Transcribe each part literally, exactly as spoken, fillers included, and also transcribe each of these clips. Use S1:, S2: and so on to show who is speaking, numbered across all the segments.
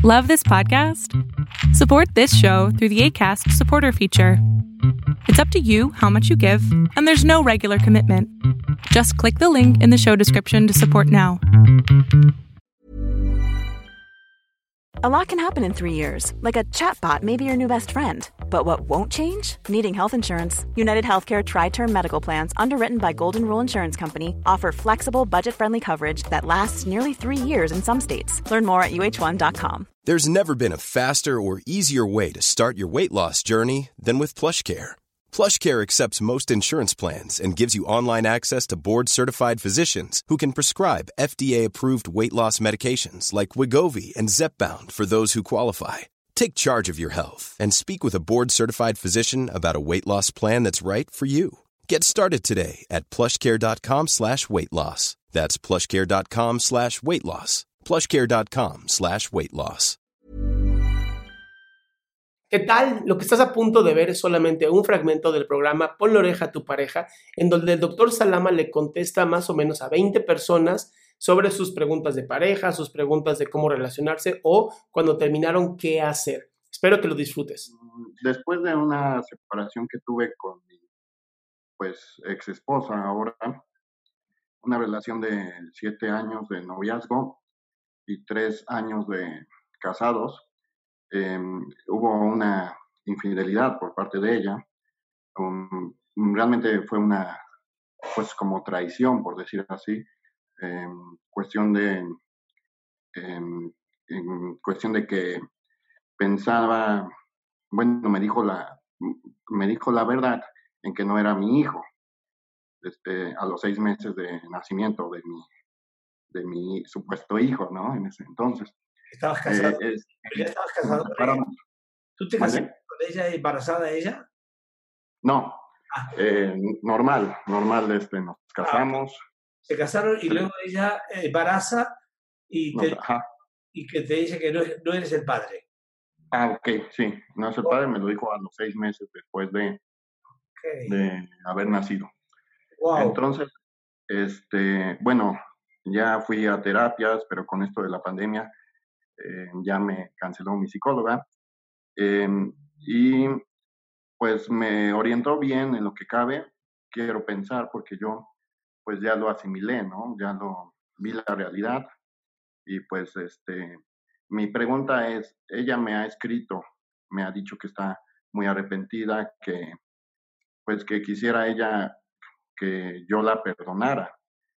S1: Love this podcast? Support this show through the Acast supporter feature. It's up to you how much you give, and there's no regular commitment. Just click the link in the show description to support now.
S2: A lot can happen in three years, like a chatbot may be your new best friend. But what won't change? Needing health insurance. United Healthcare Tri-Term Medical Plans, underwritten by Golden Rule Insurance Company, offer flexible, budget-friendly coverage that lasts nearly three years in some states. Learn more at U H one dot com.
S3: There's never been a faster or easier way to start your weight loss journey than with PlushCare. PlushCare accepts most insurance plans and gives you online access to board-certified physicians who can prescribe F D A-approved weight loss medications like Wegovy and Zepbound for those who qualify. Take charge of your health and speak with a board-certified physician about a weight loss plan that's right for you. Get started today at plushcare.com slash weight loss. That's plushcare.com slash weight loss. plushcare.com slash weight loss.
S4: ¿Qué tal? Lo que estás a punto de ver es solamente un fragmento del programa Ponle oreja a tu pareja, en donde el doctor Salama le contesta más o menos a veinte personas sobre sus preguntas de pareja, sus preguntas de cómo relacionarse o cuando terminaron qué hacer. Espero que lo disfrutes.
S5: Después de una separación que tuve con mi pues, ex esposa ahora, una relación de siete años de noviazgo y tres años de casados, Eh, hubo una infidelidad por parte de ella. Um, realmente fue una, pues como traición, por decir así, eh, cuestión de, eh, en cuestión de que pensaba, bueno, me dijo la, me dijo la verdad en que no era mi hijo, este, a los seis meses de nacimiento de mi, de mi supuesto hijo, ¿no? En ese entonces.
S6: ¿Estabas casado?
S5: Eh, es,
S6: ¿Ya estabas casado con ella? ¿Tú te
S5: ¿Vale?
S6: casaste con ella, embarazada de ella?
S5: No,
S6: Ah.
S5: eh, normal, normal, este, nos casamos.
S6: Se casaron y
S5: Sí.
S6: luego ella eh, embaraza y, te,
S5: nos- ajá.
S6: y que te dice que no, es- no eres el padre.
S5: Ah, ok, sí, no es el padre, me lo dijo a los seis meses después de,
S6: Okay.
S5: de haber nacido.
S6: Wow.
S5: Entonces, este, bueno, ya fui a terapias, pero con esto de la pandemia eh, ya me canceló mi psicóloga. eh, y pues me orientó bien en lo que cabe, quiero pensar, porque yo pues ya lo asimilé, ¿no? Ya lo vi la realidad y pues este, mi pregunta es, ella me ha escrito, me ha dicho que está muy arrepentida, que pues que quisiera ella que yo la perdonara.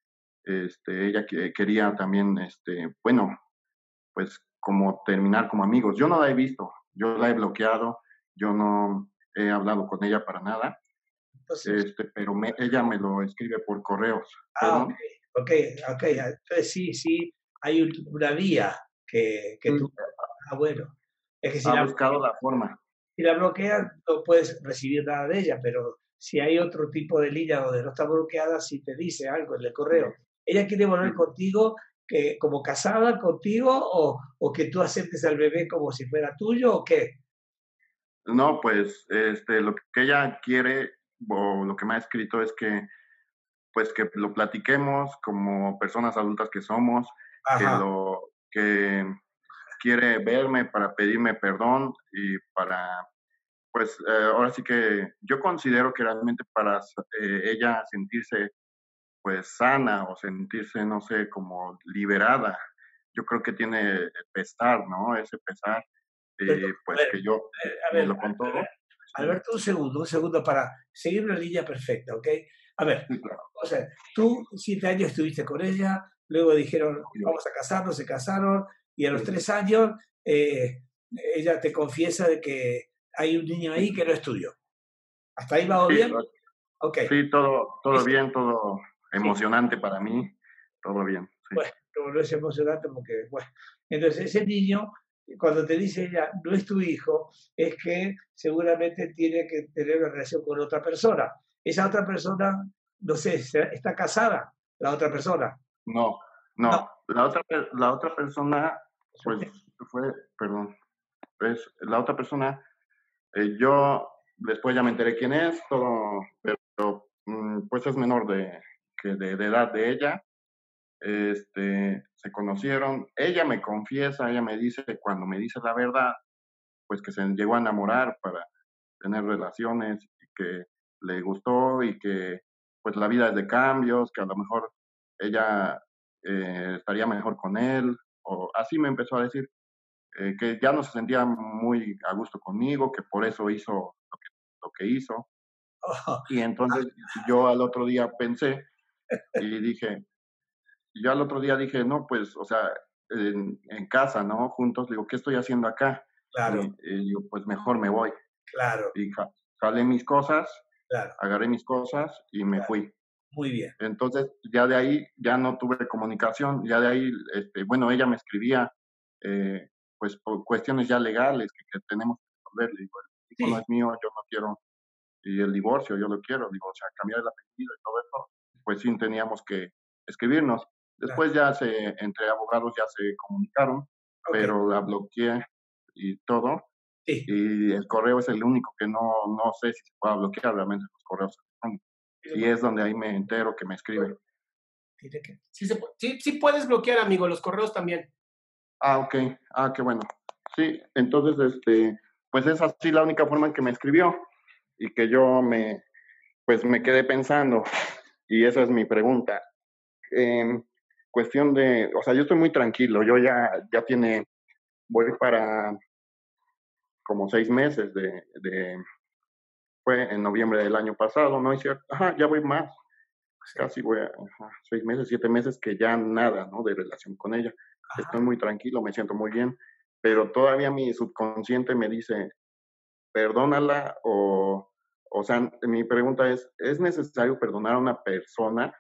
S5: Este, ella que, quería también, este, bueno, pues como terminar como amigos. Yo no la he visto, yo la he bloqueado, yo no he hablado con ella para nada,
S6: Entonces,
S5: este, pero me, ella me lo escribe por correos.
S6: ah,
S5: Pero,
S6: ok, ok, ok. Entonces sí, sí, hay un- una vía que, que tú... Ah, bueno. Es que si
S5: ha
S6: la,
S5: buscado la forma.
S6: si la bloqueas no puedes recibir nada de ella, pero si hay otro tipo de línea donde no está bloqueada, sí te dice algo en el correo. ¿Ella quiere volver
S5: Sí.
S6: contigo que, como casada contigo o, o que tú aceptes al bebé como si fuera tuyo o qué?
S5: No, pues este, lo que ella quiere o lo que me ha escrito es que pues que lo platiquemos como personas adultas que somos, que
S6: Ajá.
S5: lo que quiere verme para pedirme perdón y para pues eh, ahora sí que yo considero que realmente para eh, ella sentirse pues sana o sentirse no sé como liberada, yo creo que tiene pesar, ¿no? Ese pesar
S6: Pero,
S5: y
S6: a
S5: pues
S6: ver,
S5: que yo
S6: a
S5: me
S6: ver,
S5: lo contó.
S6: Alberto, un segundo, un segundo para seguir una línea perfecta, ¿ok? A ver,
S5: Sí, claro.
S6: o sea, tú siete años estuviste con ella, luego dijeron, vamos a casarnos, se casaron, y a los
S5: Sí.
S6: tres años eh, ella te confiesa de que hay un niño ahí que no es tuyo. ¿Hasta ahí va
S5: Sí,
S6: bien? Ok.
S5: sí, todo, todo
S6: Es-
S5: bien, todo
S6: Sí.
S5: emocionante para mí, todo bien. Sí.
S6: Bueno, no, no es emocionante porque, bueno. Entonces, ese niño, cuando te dice ella, no es tu hijo, es que seguramente tiene que tener una relación con otra persona. Esa otra persona, no sé, ¿se- ¿está casada? La otra persona.
S5: No, no,
S6: No.
S5: la otra, per- la otra persona, pues
S6: Ok.
S5: fue, perdón, pues la otra persona, eh, yo después ya me enteré quién es, todo, pero mm, pues es menor de, que de, de edad de ella, este, se conocieron, ella me confiesa, ella me dice, cuando me dice la verdad, pues que se llegó a enamorar para tener relaciones y que le gustó y que pues la vida es de cambios, que a lo mejor ella eh, estaría mejor con él, o así me empezó a decir, eh, que ya no se sentía muy a gusto conmigo, que por eso hizo lo que, lo que hizo.
S6: Oh,
S5: Y entonces yo al otro día pensé y dije, yo al otro día dije, no, pues, o sea, en, en casa, ¿no? Juntos, digo, ¿qué estoy haciendo acá?
S6: claro,
S5: Y, y digo, pues mejor me voy.
S6: claro,
S5: Y ja- jalé mis cosas,
S6: claro,
S5: agarré mis cosas y me
S6: claro.
S5: fui.
S6: Muy bien.
S5: Entonces, ya de ahí, ya no tuve comunicación, ya de ahí, este, bueno, ella me escribía, eh, pues, por cuestiones ya legales que, que tenemos que resolver. Le digo, el hijo no
S6: Sí,
S5: es mío, yo no quiero, y el divorcio yo lo quiero, digo, o sea, cambiar el apellido y todo eso, pues sí teníamos que escribirnos.
S6: claro.
S5: Después ya se, entre abogados ya se comunicaron,
S6: Ok,
S5: pero la bloqueé y todo,
S6: sí.
S5: y el correo es el único que no, no sé si se pueda bloquear realmente los correos electrónicos. Y es donde ahí me entero que me escribe.
S6: Tiene que-
S4: Sí, se pu- sí, sí puedes bloquear, amigo, los correos también.
S5: Ah, ok. Ah, qué bueno. Sí, entonces, este, pues es así la única forma en que me escribió y que yo me, pues me quedé pensando. Y esa es mi pregunta. En cuestión de, o sea, yo estoy muy tranquilo. Yo ya, ya tiene, voy para como seis meses de, de, fue en noviembre del año pasado, ¿no es cierto? Ajá, ya voy más. Casi voy a ajá, seis meses, siete meses que ya nada, ¿no? De relación con ella. Estoy muy tranquilo, me siento muy bien, pero todavía mi subconsciente me dice, perdónala o, o sea, mi pregunta es, ¿es necesario perdonar a una persona?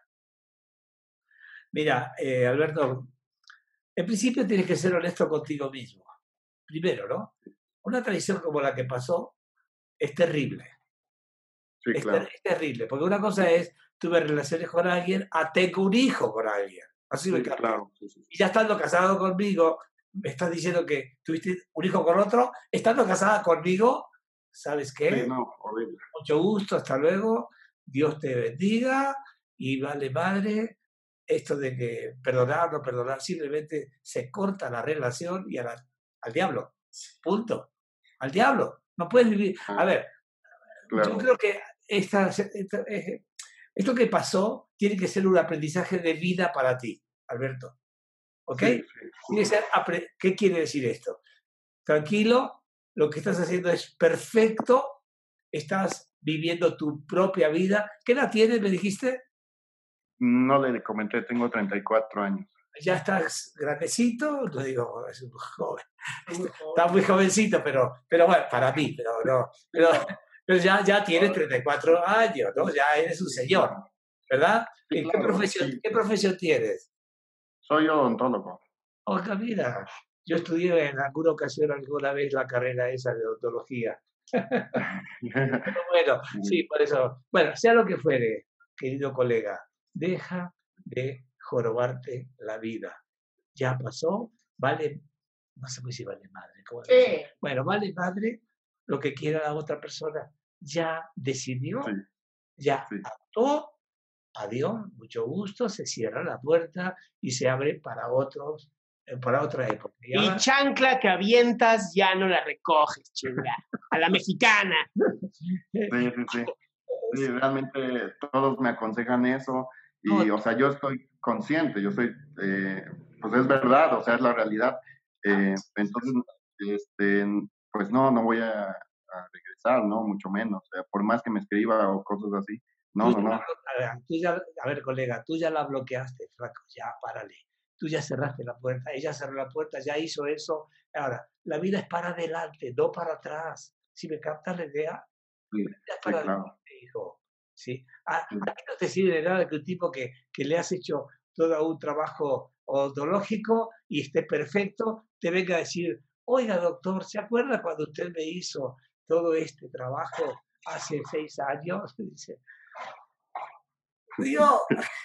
S6: Mira, eh, Alberto, en principio tienes que ser honesto contigo mismo. Primero, ¿no? Una traición como la que pasó es terrible.
S5: Sí,
S6: Es, ter-
S5: claro.
S6: es terrible, porque una cosa es, tuve relaciones con alguien, a tengo un hijo con alguien. Así me
S5: Sí,
S6: capta.
S5: claro. Sí, sí,
S6: Y ya estando casado conmigo, me estás diciendo que tuviste un hijo con otro, estando casada conmigo, ¿sabes
S5: sí,
S6: qué?
S5: no, horrible.
S6: Mucho gusto, hasta luego, Dios te bendiga y vale madre esto de que perdonar, no perdonar, simplemente se corta la relación y a la- al diablo, punto, al diablo, no puedes vivir. A
S5: Ah,
S6: ver, yo
S5: claro.
S6: creo que esta, esta- eh, esto que pasó tiene que ser un aprendizaje de vida para ti, Alberto, ¿ok?
S5: Sí, sí,
S6: Tiene que ser apre- ¿Qué quiere decir esto? Tranquilo, lo que estás haciendo es perfecto, estás viviendo tu propia vida. ¿Qué edad tienes, me dijiste?
S5: no le comenté, tengo treinta y cuatro años.
S6: Ya estás grandecito, no digo, es un joven,
S4: Muy
S6: está muy jovencito, pero, pero bueno, para mí, pero no, pero, pero ya, ya tienes treinta y cuatro años, ¿no? Ya eres un señor, ¿verdad?
S5: Sí,
S6: ¿Y qué
S5: claro,
S6: profesión,
S5: sí.
S6: qué profesión tienes?
S5: Soy odontólogo.
S6: Oiga, mira, yo estudié en alguna ocasión, alguna vez, la carrera esa de odontología. Pero bueno, sí, por eso. Bueno, sea lo que fuere, querido colega, deja de jorobarte la vida. Ya pasó, vale, no sé si vale madre. ¿Cómo
S4: Sí.
S6: decir? Bueno, vale madre lo que quiera la otra persona. Ya decidió,
S5: Sí,
S6: ya
S5: sí.
S6: actuó, adiós, mucho gusto, se cierra la puerta y se abre para otros, eh, para otra época. Y
S4: Y
S6: ahora-
S4: chancla que avientas ya no la recoges, chinga. A la mexicana.
S5: Sí, sí, sí. Sí, realmente todos me aconsejan eso y, o sea, yo estoy consciente, yo soy, eh, pues es verdad, o sea, es la realidad. Eh, entonces, este, pues no, no voy a, a regresar, ¿no? Mucho menos, o sea, por más que me escriba o cosas así. No,
S6: Tú
S5: no,
S6: ya
S5: no.
S6: la- a ver, tú ya- a ver, colega, tú ya la bloqueaste, flaco, ya párale. Tú ya cerraste la puerta, ella cerró la puerta, ya hizo eso. Ahora, la vida es para adelante, no para atrás. Si me captas la idea,
S5: Sí,
S6: la vida es
S5: sí,
S6: para
S5: claro.
S6: adelante, hijo. ¿Sí? A,
S5: Sí.
S6: a ti no te sirve de nada que un tipo que, que le has hecho todo un trabajo odontológico y esté perfecto, te venga a decir, oiga, doctor, ¿se acuerda cuando usted me hizo todo este trabajo hace seis años? Dice, Dios,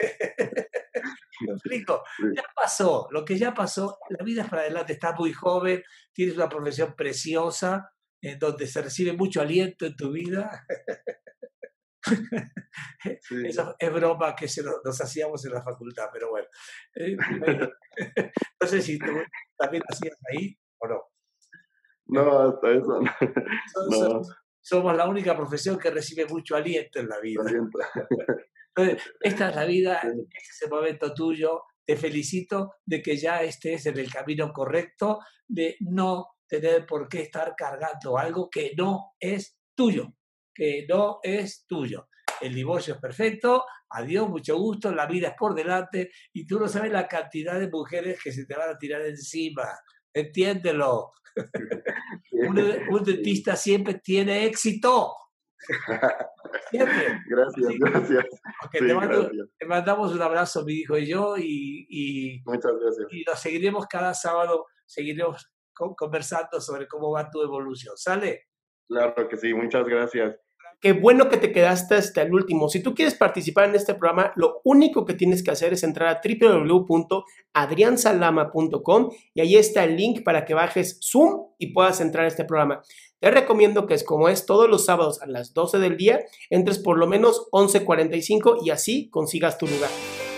S6: me explico,
S5: Sí,
S6: ya pasó, lo que ya pasó, la vida es para adelante, estás muy joven, tienes una profesión preciosa, en donde se recibe mucho aliento en tu vida. Sí. Eso es broma que se nos, nos hacíamos en la facultad, pero bueno. Eh, no sé si tú también hacías ahí o no.
S5: No, hasta eso no.
S6: Son, son, somos la única profesión que recibe mucho aliento en la vida. Entonces, esta es la vida, este es el momento tuyo. Te felicito de que ya estés en el camino correcto, de no tener por qué estar cargando algo que no es tuyo, que no es tuyo. El divorcio es perfecto, adiós, mucho gusto, la vida es por delante y tú no sabes la cantidad de mujeres que se te van a tirar encima. Entiéndelo. un, un dentista siempre tiene éxito. Siempre.
S5: Gracias,
S6: sí.
S5: gracias.
S6: Okay,
S5: sí,
S6: te, mando,
S5: gracias.
S6: te mandamos un abrazo, mi hijo y yo, y, y,
S5: Muchas gracias.
S6: y nos seguiremos cada sábado, seguiremos conversando sobre cómo va tu evolución. ¿Sale?
S5: Claro que sí, muchas gracias.
S4: Qué bueno que te quedaste hasta el último. Si tú quieres participar en este programa, lo único que tienes que hacer es entrar a doble u doble u doble u punto adrian salama punto com y ahí está el link para que bajes Zoom y puedas entrar a este programa. Te recomiendo que es como es todos los sábados a las doce del día, entres por lo menos once cuarenta y cinco y así consigas tu lugar.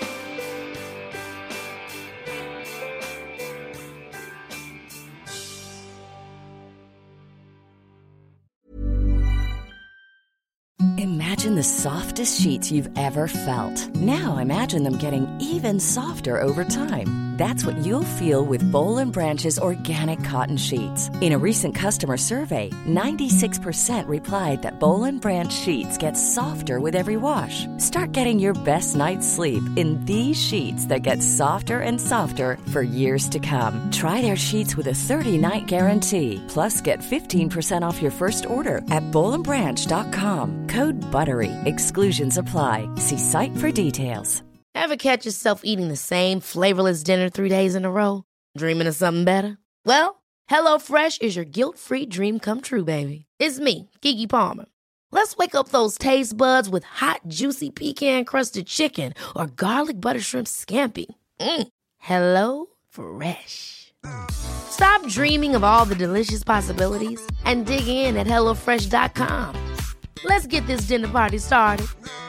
S7: Imagine the softest sheets you've ever felt. Now imagine them getting even softer over time. That's what you'll feel with Boll and Branch's organic cotton sheets. In a recent customer survey, ninety-six percent replied that Boll and Branch sheets get softer with every wash. Start getting your best night's sleep in these sheets that get softer and softer for years to come. Try their sheets with a thirty-night guarantee. Plus, get fifteen percent off your first order at boll and branch dot com. Code BUTTERY. Exclusions apply. See site for details.
S8: Ever catch yourself eating the same flavorless dinner three days in a row? Dreaming of something better? Well, HelloFresh is your guilt-free dream come true, baby. It's me, Keke Palmer. Let's wake up those taste buds with hot, juicy pecan-crusted chicken or garlic butter shrimp scampi. Mm. Hello Fresh. Stop dreaming of all the delicious possibilities and dig in at hello fresh dot com. Let's get this dinner party started.